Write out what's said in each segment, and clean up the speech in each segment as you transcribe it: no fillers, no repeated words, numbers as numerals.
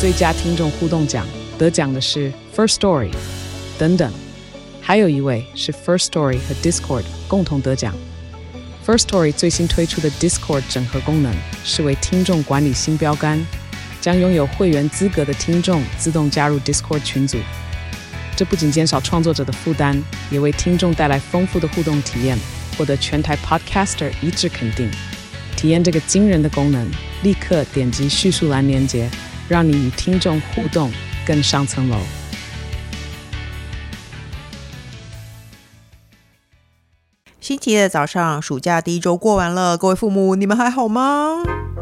最佳听众互动奖，得奖的是 First Story 等等，还有一位是 First Story 和 Discord 共同得奖。First Story 最新推出的 Discord 整合功能是为听众管理新标杆，将拥有会员资格的听众自动加入 Discord 群组。这不仅减少创作者的负担，也为听众带来丰富的互动体验，获得全台 Podcaster 一致肯定。体验这个惊人的功能，立刻点击叙述栏连结，让你与听众互动更上层楼。 星期的早上，暑假第一周过完了，各位父母，你们还好吗？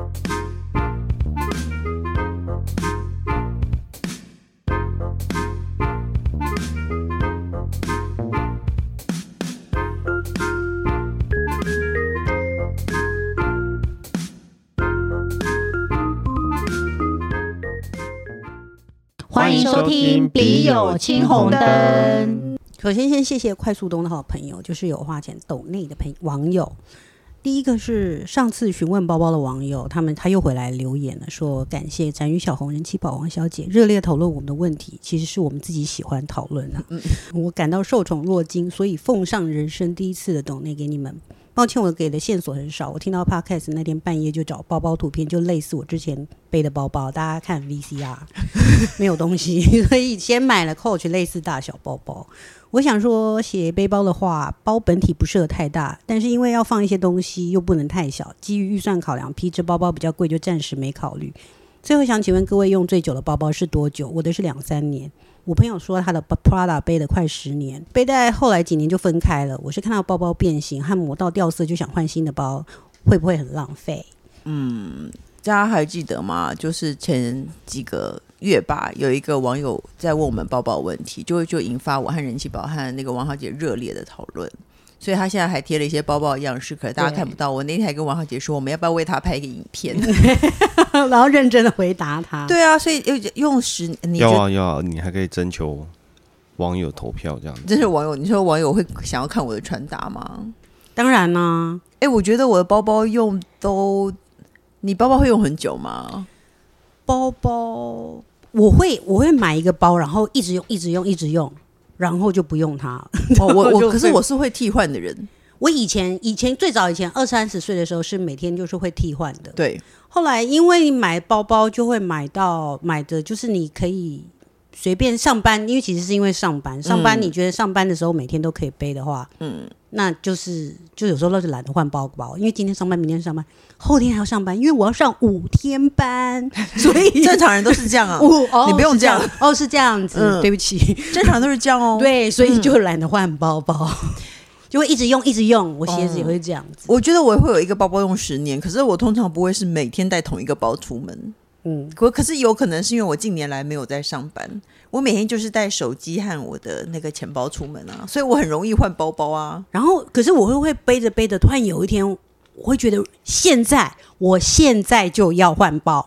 欢迎收听笔友青红灯。 首先谢谢快速通的好朋友，就是有花钱抖内的网友。第一个是上次询问包包的网友，他又回来留言了，说感谢展宇小红、人气宝王小姐热烈讨论我们的问题，其实是我们自己喜欢讨论啊。我感到受宠若惊，所以奉上人生第一次的抖内给你们。抱歉我给的线索很少，我听到 podcast 那天半夜就找包包图片，就类似我之前背的包包，大家看 VCR 没有东西，所以先买了 Coach 类似大小包包。我想说写背包的话，包本体不适合太大，但是因为要放一些东西又不能太小，基于预算考量，皮质包包比较贵，就暂时没考虑。最后想请问各位，用最久的包包是多久？我的是2-3年，我朋友说他的 Prada 背了快10年，背在后来几年就分开了。我是看到包包变形和磨到掉色就想换新的包，会不会很浪费？ 大家还记得吗？就是前几个月吧，有一个网友在问我们包包问题，就引发我和人气宝和那个王小姐热烈的讨论。所以他现在还贴了一些包包的样式，可是大家看不到。我那天还跟王小姐说，我们要不要为他拍一个影片， 然后认真的回答他。 对啊，所以用10， 要你还可以征求网友投票这样子。 这是网友，你说网友会想要看我的穿搭吗？ 当然啦、 我觉得我的包包用都，你包包会用很久吗？ 包包我会买一个包，然后一直用，然后就不用它。 可是我是会替换的人。 我以前最早以前20-30岁的时候是每天就是会替换的。 对， 后来因为你买包包就会买的就是你可以随便上班，因为其实是因为上班你觉得上班的时候每天都可以背的话，那就有时候都是懒得换包包，因为今天上班明天上班后天还要上班，因为我要上5天班，所以正常人都是这样啊。你不用这样是这样子，对不起， 正常人都是这样哦。 对，所以就懒得换包包，就会一直用。我鞋子也会这样子。 我觉得我会有一个包包用10年，可是我通常不会是每天带同一个包出门。可是有可能是因为我近年来没有在上班，我每天就是带手机和我的那个钱包出门啊，所以我很容易换包包啊。 然后可是我会背着突然有一天我会觉得我现在就要换包，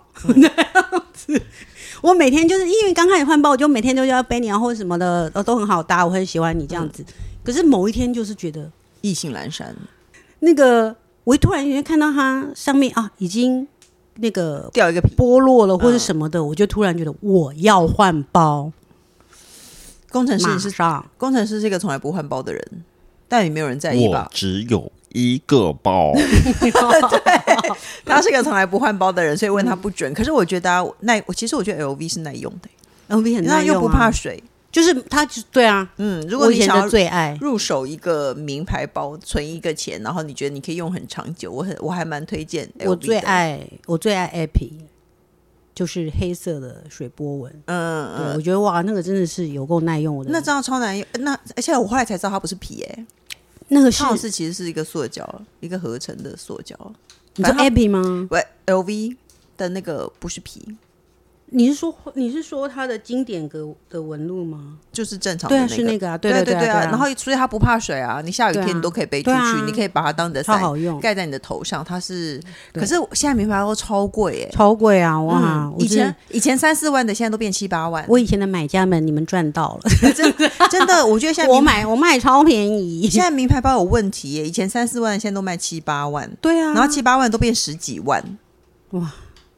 我每天就是因为刚开始换包，我就每天都要背你啊或者什么的，都很好搭，我很喜欢你这样子。可是某一天就是觉得意兴阑珊， 那个我突然间看到它上面已经那个掉一个皮剥落了或者什么的，我就突然觉得我要换包。 工程师是一个从来不换包的人，但也没有人在意吧？ 我只有一个包。 对，他是一个从来不换包的人，所以问他不准。可是我觉得其实我觉得 LV 是耐用的 ，LV 很耐用又不怕水。 就是它对啊， 如果你想要最爱入手一个名牌包，存一个钱，然后你觉得你可以用很长久，我还蛮推荐 LV 的。 我最爱 Epi， 就是黑色的水波纹。我觉得哇，那个真的是有够耐用的。 那这样超难用，而且我后来才知道它不是皮那个是其实是一个塑胶，一个合成的塑胶。 你说 Epi 吗 ？LV 的那个不是皮。 你是说它的经典的纹路吗？ 就是正常的那个， 对啊，是那个啊， 对啊。然后所以它不怕水啊，你下雨天你都可以背出去，你可以把它当你的伞， 超好用， 盖在你的头上。它是，可是现在名牌包超贵超贵啊！哇， 以前3-4万的，现在都变7-8万。 我以前的买家们，你们赚到了， 真的，我觉得现在我卖超便宜。 现在名牌包有问题耶，以前3-4万，现在都卖7-8万。 对啊， 然后7-8万都变10几万， 哇！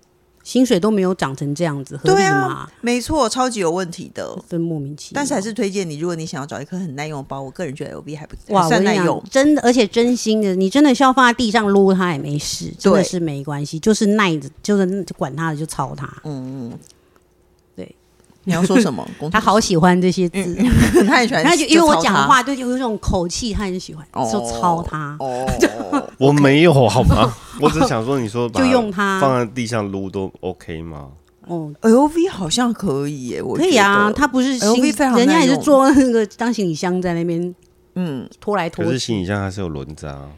薪水都没有涨成这样子，合理吗？ 没错，超级有问题的， 真莫名其妙。 但是还是推荐你，如果你想要找一颗很耐用的包，我个人觉得 LV 还不哇， 算耐用， 真的，而且真心的，你真的是要放在地上撸它也没事，真的是没关系，就是耐着，就是管它的就抄它。对。 你要说什么？ 他好喜欢这些字， 他很喜欢， 他就因为我讲话就有这种口气，他很喜欢，就抄他。 我没有好吗？我只想说，你说就用它放在地上撸都 OK 吗 ？LV 好像可以耶，我觉得可以啊，他不是 LV 非常耐用， 人家也是做那个当行李箱在那边，拖来拖去。 可是行李箱还是有轮子啊，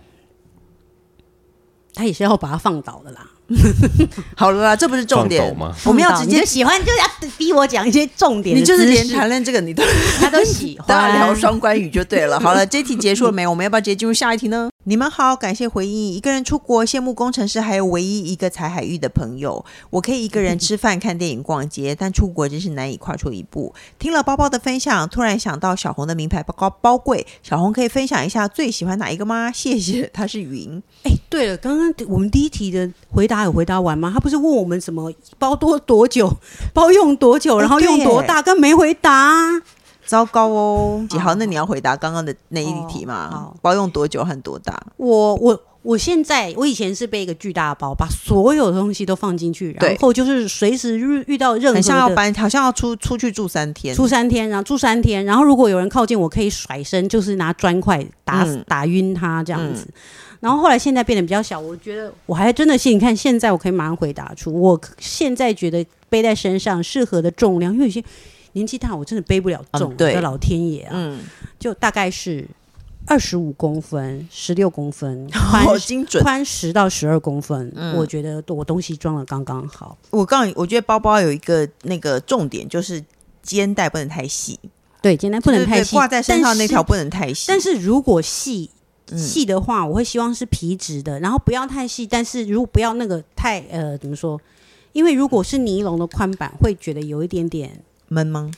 他也是要把它放倒的啦。 好了啦，这不是重点吗？ 我们要直接就喜欢，就要逼我讲一些重点的。 你就是连谈论这个你都他都喜欢， 都要聊双关语就对了。好了，这题结束了没？我们要不要直接进入下一题呢？你们好，感谢回应。一个人出国，羡慕工程师还有唯一一个踩海域的朋友。我可以一个人吃饭、看电影、逛街，但出国真是难以跨出一步。听了包包的分享，突然想到小红的名牌包柜，小红可以分享一下最喜欢哪一个吗？谢谢，他是云。 对了，刚刚我们第一题的回答有回答完吗？他不是问我们什么包多久，包用多久，然后用多大，跟没回答。 糟糕哦！好，那你要回答刚刚的那一题嘛？包用多久和多大？ 我现在我以前是背一个巨大的包，把所有的东西都放进去，然后就是随时遇到任何的， 很像要搬，好像要出去住3天， 然后如果有人靠近，我可以甩身，就是拿砖块打晕他这样子。然后后来现在变得比较小，我觉得我还真的是，你看现在我可以马上回答出，我现在觉得背在身上适合的重量，因为有些年纪大我真的背不了重，我的老天爷啊，就大概是25公分、16公分， 好精准， 宽10到12公分，我觉得我东西装的刚刚好。 我觉得包包有一个那个重点就是肩带不能太细， 对，肩带不能太细， 挂在身上那条不能太细。 但是如果细的话，我会希望是皮质的，然后不要太细，但是如果不要那个太怎么说？因为如果是尼龙的宽版，会觉得有一点点闷吗？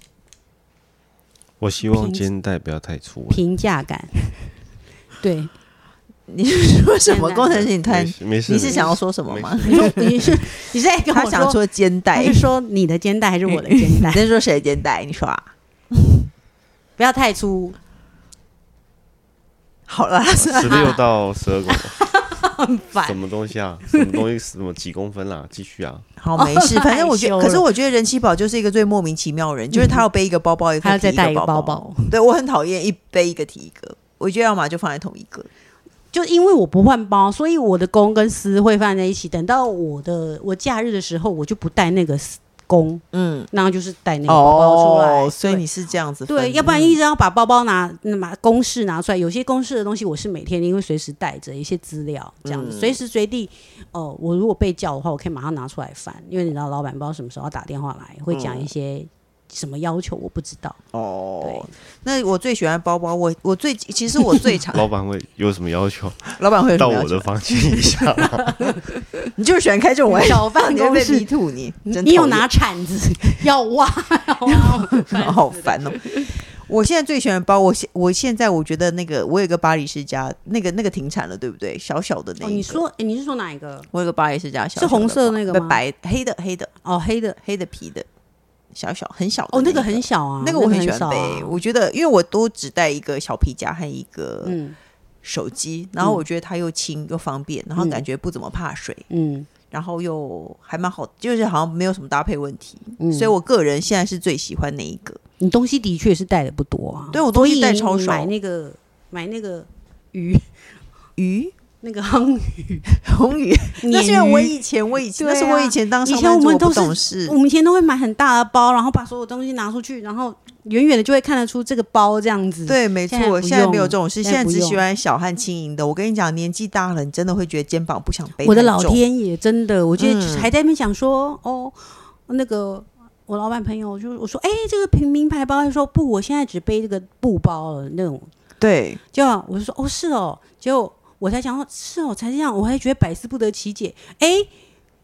我希望肩带不要太粗， 平价感。对， 你是说什么？工程师，你突然没事， 你是想要说什么吗？ 你是在跟我说他想说肩带， 是说你的肩带还是我的肩带？ 你在说谁的肩带？你说啊， 不要太粗。 好了 ，16到12公分， 很烦。 什么东西啊？什么东西？什么几公分啦？继续啊。 好，没事。反正我觉得，可是我觉得人气宝就是一个最莫名其妙的人，就是他要背一个包包， 还要再带一个包包。 对，我很讨厌一背一个提一个，我觉得要么就放在同一个。 就因为我不换包，所以我的公跟私会放在一起。等到我假日的时候，我就不带那个公，然后就是带那个包包出来。 所以你是这样子分， 对，要不然一直要把包包把公事拿出来。有些公事的东西我是每天因为随时带着一些资料，这样子随时随地。我如果被叫的话，我可以马上拿出来翻，因为你知道老板不知道什么时候要打电话来，会讲一些什么要求，我不知道。对， 那我最喜欢包包，其实我最常老板会有什么要求？ 老板会有什到么要求我的房间一下吗？ 你就是喜欢开这种玩小办公室迷途你有拿铲子要挖， 好烦哦。我现在最喜欢的包，我现在我觉得那个我有一个巴黎世家，那个停产了，对不对？小小的那一个。 你是说哪一个？ 我有个巴黎世家小小的， 是红色的那个吗？ 黑的哦，黑的皮的。小很小的那个很小啊， 那个我很喜欢背。我觉得因为我都只带一个小皮夹和一个手机，然后我觉得它又轻又方便，然后感觉不怎么怕水，然后又还蛮好，就是好像没有什么搭配问题，所以我个人现在是最喜欢那一个。 你东西的确是带的不多啊， 对，我东西带超少。 买那个鱼。那个红鱼，那是因为我以前，那是我以前当上班族，我不懂事。 我们以前都会买很大的包，然后把所有东西拿出去，然后远远的就会看得出这个包这样子。 对，没错，现在没有这种事，现在只喜欢小和轻盈的。我跟你讲，年纪大了，你真的会觉得肩膀不想背太重。 我的老天爷，真的，我觉得还在那边讲说，那个我老板朋友就我说，这个名牌包，他说不，我现在只背这个布包了那种。 对， 就我就说，是哦，结果。我才想说，是哦，才这样，我还觉得百思不得其解。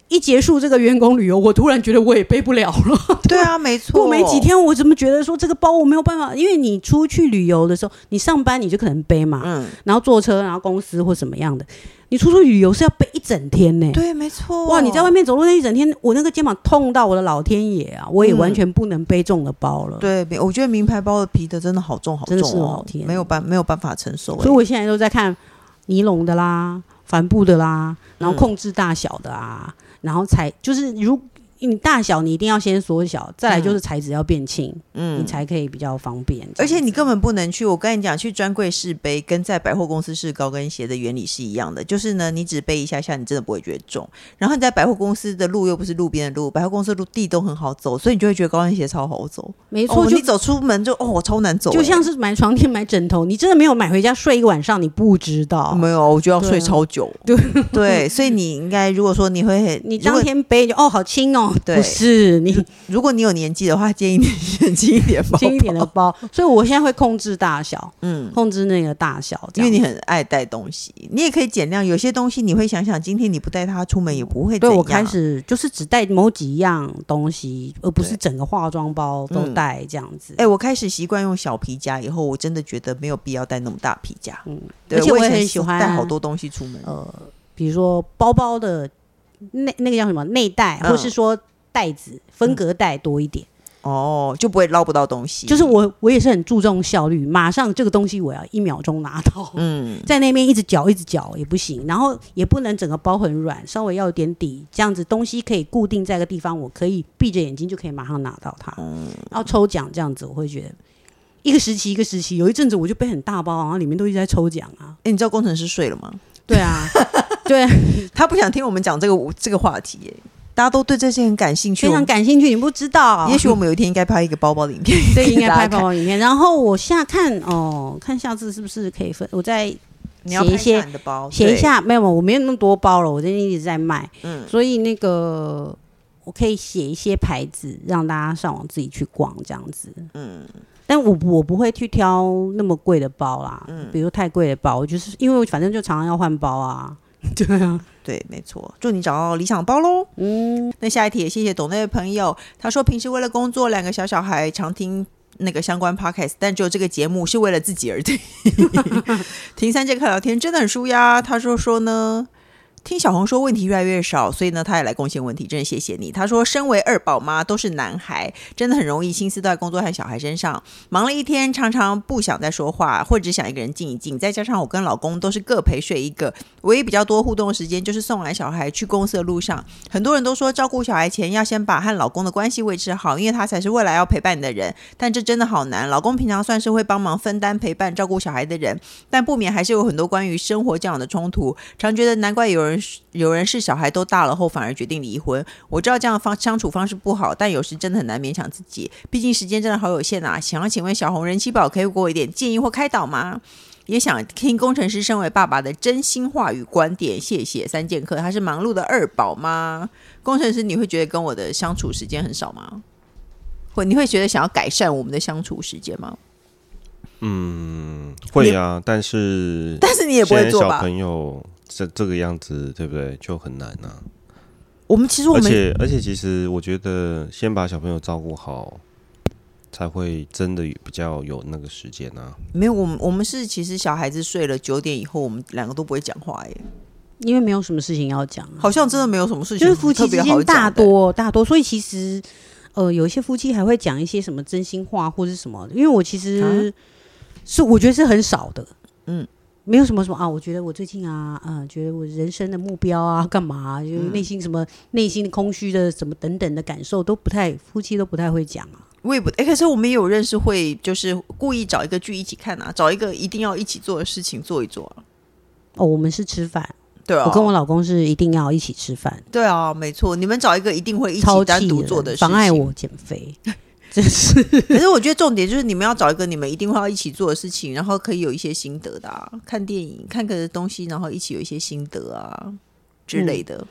一结束这个员工旅游，我突然觉得我也背不了了。 对啊，没错。 过没几天，我怎么觉得说这个包我没有办法？因为你出去旅游的时候，你上班你就可能背嘛，然后坐车，然后公司或什么样的，你出去旅游是要背一整天呢。 对，没错。 哇，你在外面走路那一整天，我那个肩膀痛到我的老天爷啊！我也完全不能背重的包了。 对，我觉得名牌包的皮的真的好重好重， 真的是老天， 没有办法承受。 所以我现在都在看尼龙的啦、帆布的啦，然后控制大小的啊。然后就是你大小你一定要先缩小，再来就是材质要变轻，你才可以比较方便。 而且你根本不能我跟你讲，去专柜试背跟在百货公司试高跟鞋的原理是一样的，就是呢，你只背一下下，你真的不会觉得重。然后你在百货公司的路又不是路边的路，百货公司的路地都很好走，所以你就会觉得高跟鞋超好走。 没错， 你走出门就超难走， 就像是买床垫、买枕头，你真的没有买回家睡一个晚上，你不知道。 没有，我就要睡超久。对，所以你应该如果说你当天背就好轻哦，不是。 如果你有年纪的话，建议你选轻一点包， 轻一点的包。所以我现在会控制大小，控制那个大小， 因为你很爱带东西，你也可以减量。有些东西你会想想，今天你不带它出门也不会怎样。 对，我开始就是只带某几样东西，而不是整个化妆包都带这样子。 我开始习惯用小皮夹以后，我真的觉得没有必要带那么大皮夹。 而且我也很喜欢带好多东西出门。 比如说包包的那个叫什么内袋，或是说袋子分隔袋多一点， 就不会捞不到东西。 就是我也是很注重效率，马上这个东西我要1秒钟拿到，在那边一直搅也不行，然后也不能整个包很软，稍微要有点底，这样子东西可以固定在一个地方，我可以闭着眼睛就可以马上拿到它。然后抽奖这样子，我会觉得一个时期，有一阵子我就背很大包，然后里面都一直在抽奖啊。 你知道工程师睡了吗？ 对啊，对， 他不想听我们讲这个话题耶。大家都对这些很感兴趣， 非常感兴趣。你不知道， 也许我们有一天应该拍一个包包的影片， 对，应该拍包包影片。然后我下看下次是不是可以分？我再写一些，写一下。没有，我没有那么多包了，我最近一直在卖，所以那个我可以写一些牌子，让大家上网自己去逛这样子。但我不会去挑那么贵的包啦，比如太贵的包，就是因为反正就常常要换包啊。对啊， 对，没错。祝你找到理想包咯。那下一题也谢谢懂内的朋友，他说平时为了工作2个小孩常听那个相关 podcast， 但只有这个节目是为了自己而听。听3节课聊天真的很舒压。他说呢，听小红说问题越来越少，所以呢他也来贡献问题，真的谢谢你。他说身为2宝妈都是男孩，真的很容易心思都在工作和小孩身上，忙了一天常常不想再说话，或者只想一个人静一静，再加上我跟老公都是各陪睡一个，唯一比较多互动的时间就是送完小孩去公司的路上。很多人都说照顾小孩前要先把和老公的关系维持好，因为他才是未来要陪伴你的人，但这真的好难。老公平常算是会帮忙分担陪伴照顾小孩的人，但不免还是有很多关于生活教养的冲突，常觉得难怪有人是小孩都大了后反而决定离婚。我知道这样的相处方式不好，但有时真的很难勉强自己，毕竟时间真的好有限啊。想要请问小红人气宝可以给我一点建议或开导吗？也想听工程师身为爸爸的真心话与观点，谢谢3剑客。他是忙碌的2宝吗？工程师，你会觉得跟我的相处时间很少吗？或你会觉得想要改善我们的相处时间吗？ 会啊，但是你也不会做吧？ 小朋友这个样子，对不对？就很难啊。而且其实我觉得先把小朋友照顾好，才会真的比较有那个时间啊。 没有，我们是其实小孩子睡了9点以后，我们2个都不会讲话耶， 因为没有什么事情要讲， 好像真的没有什么事情， 就是夫妻之间大多，所以其实有一些夫妻还会讲一些什么真心话或是什么，因为我其实我觉得是很少的，没有什么啊，我觉得我最近觉得我人生的目标啊，干嘛就内心的空虚的什么等等的感受夫妻都不太会讲啊。 我也不可是我们也有认识会就是故意找一个剧一起看啊，找一个一定要一起做的事情做一做啊。 我们是吃饭， 对啊，我跟我老公是一定要一起吃饭。 对啊，没错，你们找一个一定会一起单独做的事情， 妨碍我减肥。真是， 可是我觉得重点就是你们要找一个你们一定会要一起做的事情，然后可以有一些心得的啊，看电影看个东西，然后一起有一些心得啊之类的。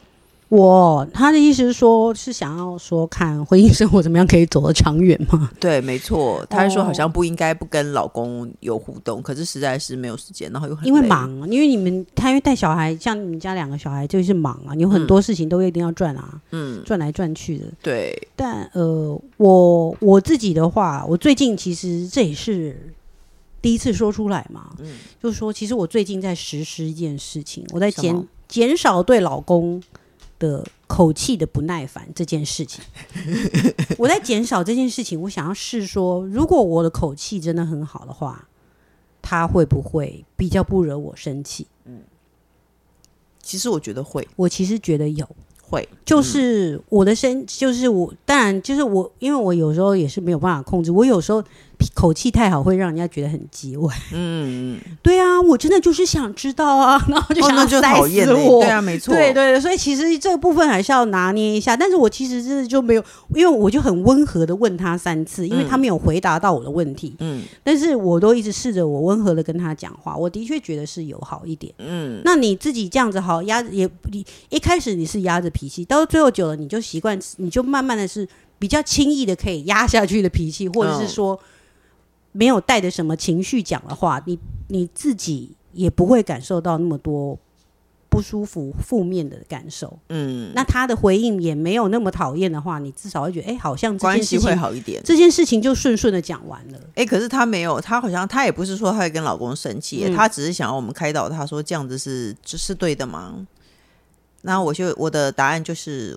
他的意思是说，是想要说看婚姻生活怎么样可以走得长远吗？ 对，没错，他是说好像不应该不跟老公有互动，可是实在是没有时间，然后又很累， 因为忙，因为他因为带小孩，像你们家2个小孩就是忙啊，你有很多事情都一定要转啊，转来转去的。 对， 但我自己的话，我最近其实这也是第一次说出来嘛，就是说，其实我最近在实施一件事情，我在减少对老公的口气的不耐烦这件事情。我在减少这件事情，我想要试说，如果我的口气真的很好的话，他会不会比较不惹我生气？ 其实我觉得会， 我其实觉得有。 会， 就是我的就是我，当然就是我，因为我有时候也是没有办法控制，我有时候口气太好，会让人家觉得很叽歪。对啊，我真的就是想知道啊，然后就想要塞死我。 对啊，没错， 对对对，所以其实这个部分还是要拿捏一下。但是我其实真的就没有，因为我就很温和的问他3次，因为他没有回答到我的问题。但是我都一直试着我温和的跟他讲话，我的确觉得是有好一点。那你自己这样子好压着，也一开始你是压着脾气，到最后久了你就习惯，你就慢慢的是比较轻易的可以压下去的脾气，或者是说没有带着什么情绪讲的话，你自己也不会感受到那么多不舒服负面的感受。那他的回应也没有那么讨厌的话，你至少会觉得好像这件事情关系会好一点， 这件事情就顺顺的讲完了。 可是他没有，他好像他也不是说他会跟老公生气，他只是想要我们开导他说这样子是对的吗？那我的答案就是，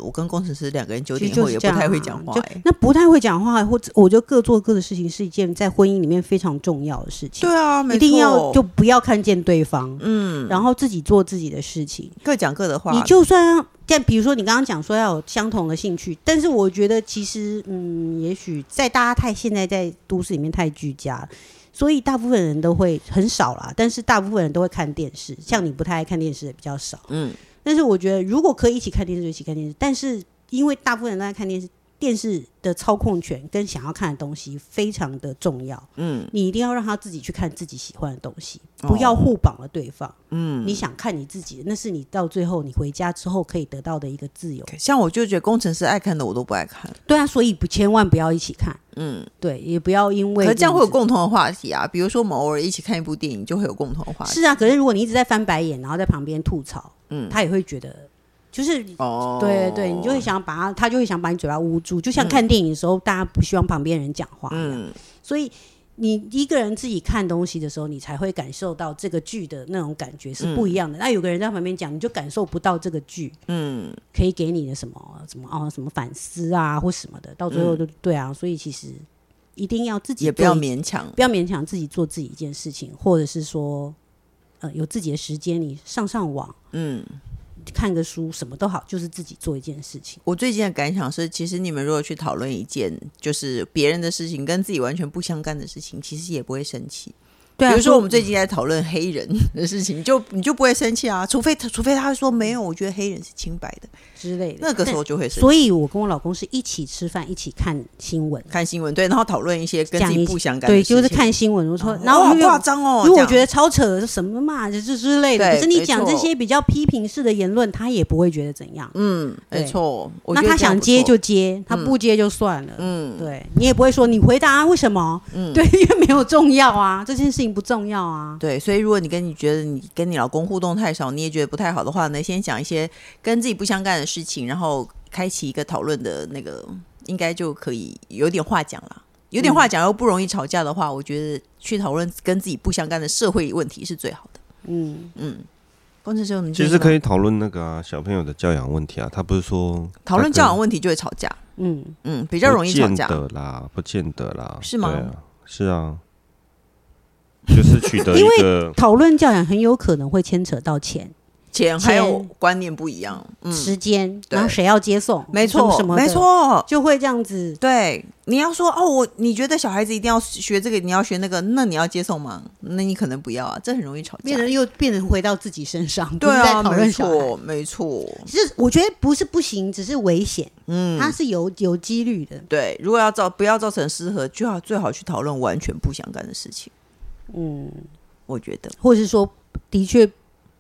我跟工程师2个人9点以后也不太会讲话。 那不太会讲话，或者我觉得各做各的事情是一件在婚姻里面非常重要的事情。 对啊，没错， 一定要就不要看见对方，然后自己做自己的事情， 各讲各的话。 你就算比如说你刚刚讲说要有相同的兴趣，但是我觉得其实也许在大家现在在都市里面太居家，所以大部分人都会很少啦，但是大部分人都会看电视，像你不太爱看电视的比较少。但是我觉得如果可以一起看电视就一起看电视，但是因为大部分人都在看电视，电视的操控权跟想要看的东西非常的重要。你一定要让他自己去看自己喜欢的东西，不要互绑了对方。你想看你自己的，那是你到最后你回家之后可以得到的一个自由。 像我就觉得工程师爱看的我都不爱看。 对啊，所以千万不要一起看。对，也不要因为， 可是这样会有共同的话题啊，比如说我们偶尔一起看一部电影就会有共同的话题。 是啊，可是如果你一直在翻白眼然后在旁边吐槽，他也会觉得就是对对，你就会想把他就会想把你嘴巴捂住，就像看电影的时候大家不希望旁边人讲话一样。所以你一个人自己看东西的时候，你才会感受到这个剧的那种感觉是不一样的。那有个人在旁边讲，你就感受不到这个剧可以给你的什么反思啊或什么的，到最后就对啊。所以其实一定要自己也不要勉强， 不要勉强自己做自己一件事情，或者是说有自己的时间，你上网看个书什么都好，就是自己做一件事情。 我最近的感想是，其实你们如果去讨论一件就是别人的事情跟自己完全不相干的事情，其实也不会生气。对啊，比如说我们最近在讨论黑人的事情，你就不会生气啊，除非他说没有，我觉得黑人是清白的之类的， 那个时候就会生气。 所以我跟我老公是一起吃饭，一起看新闻， 对，然后讨论一些跟自己不相干的事情。 对，就是看新闻。我说，然后好夸张哦， 如果我觉得超扯什么嘛，就是之类的。可是你讲这些比较批评式的言论，他也不会觉得怎样。 没错。 那他想接就接，他不接就算了。对，你也不会说你回答为什么？对，因为没有重要啊，这件事情不重要啊。 对，所以如果你觉得你跟你老公互动太少，你也觉得不太好的话呢，先讲一些跟自己不相干的事情，然后开启一个讨论的那个，应该就可以有点话讲啦。有点话讲又不容易吵架的话，我觉得去讨论跟自己不相干的社会问题是最好的。工程师， 其实可以讨论那个小朋友的教养问题啊。他不是说讨论教养问题就会吵架，比较容易吵架。 不见得啦， 是吗？ 对啊，是啊。就是取得一个， 因为讨论教养很有可能会牵扯到钱还有观念不一样， 时间，然后谁要接送， 没错， 什么没错， 就会这样子。 对，你要说你觉得小孩子一定要学这个，你要学那个，那你要接送吗？那你可能不要啊，这很容易吵架， 变成回到自己身上， 对啊， 不是在讨论小孩， 没错。 其实我觉得不是不行，只是危险，它是有几率的。 对，如果不要造成失和，最好去讨论完全不相干的事情。我觉得， 或者是说，的确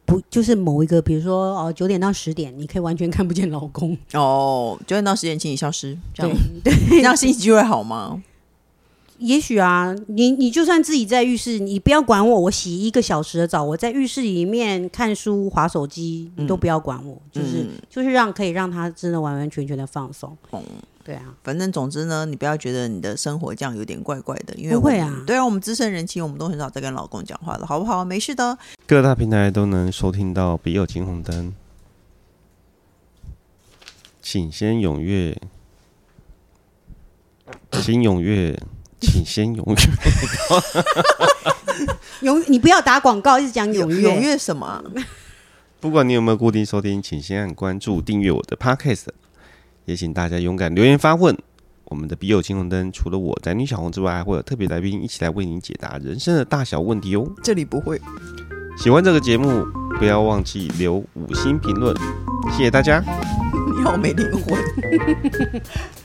不就是某一个，比如说9点到10点，你可以完全看不见老公。 9点到10点，请你消失，这样对， 这样心情就会好吗？ 也许啊，你就算自己在浴室，你不要管我，我洗1个小时的澡，我在浴室里面看书、滑手机，你都不要管我，就是可以让他真的完完全全的放松。对啊， 反正总之呢，你不要觉得你的生活这样有点怪怪的，因为不会啊。 对啊，我们资深人妻，我们都很少在跟老公讲话了，好不好？没事的。 各大平台都能收听到《笔友青红灯》，请先踊跃，请踊跃。请先踊跃，你不要打广告，一直讲踊跃。 踊跃什么啊？ 不管你有没有固定收听，请先按关注、订阅我的 Podcast。也请大家勇敢留言发问。我们的笔友青红灯，除了我宅女小红之外，还会有特别来宾一起来为您解答人生的大小问题哦。 这里不会。 喜欢这个节目，不要忘记留5星评论，谢谢大家。 你好没灵魂。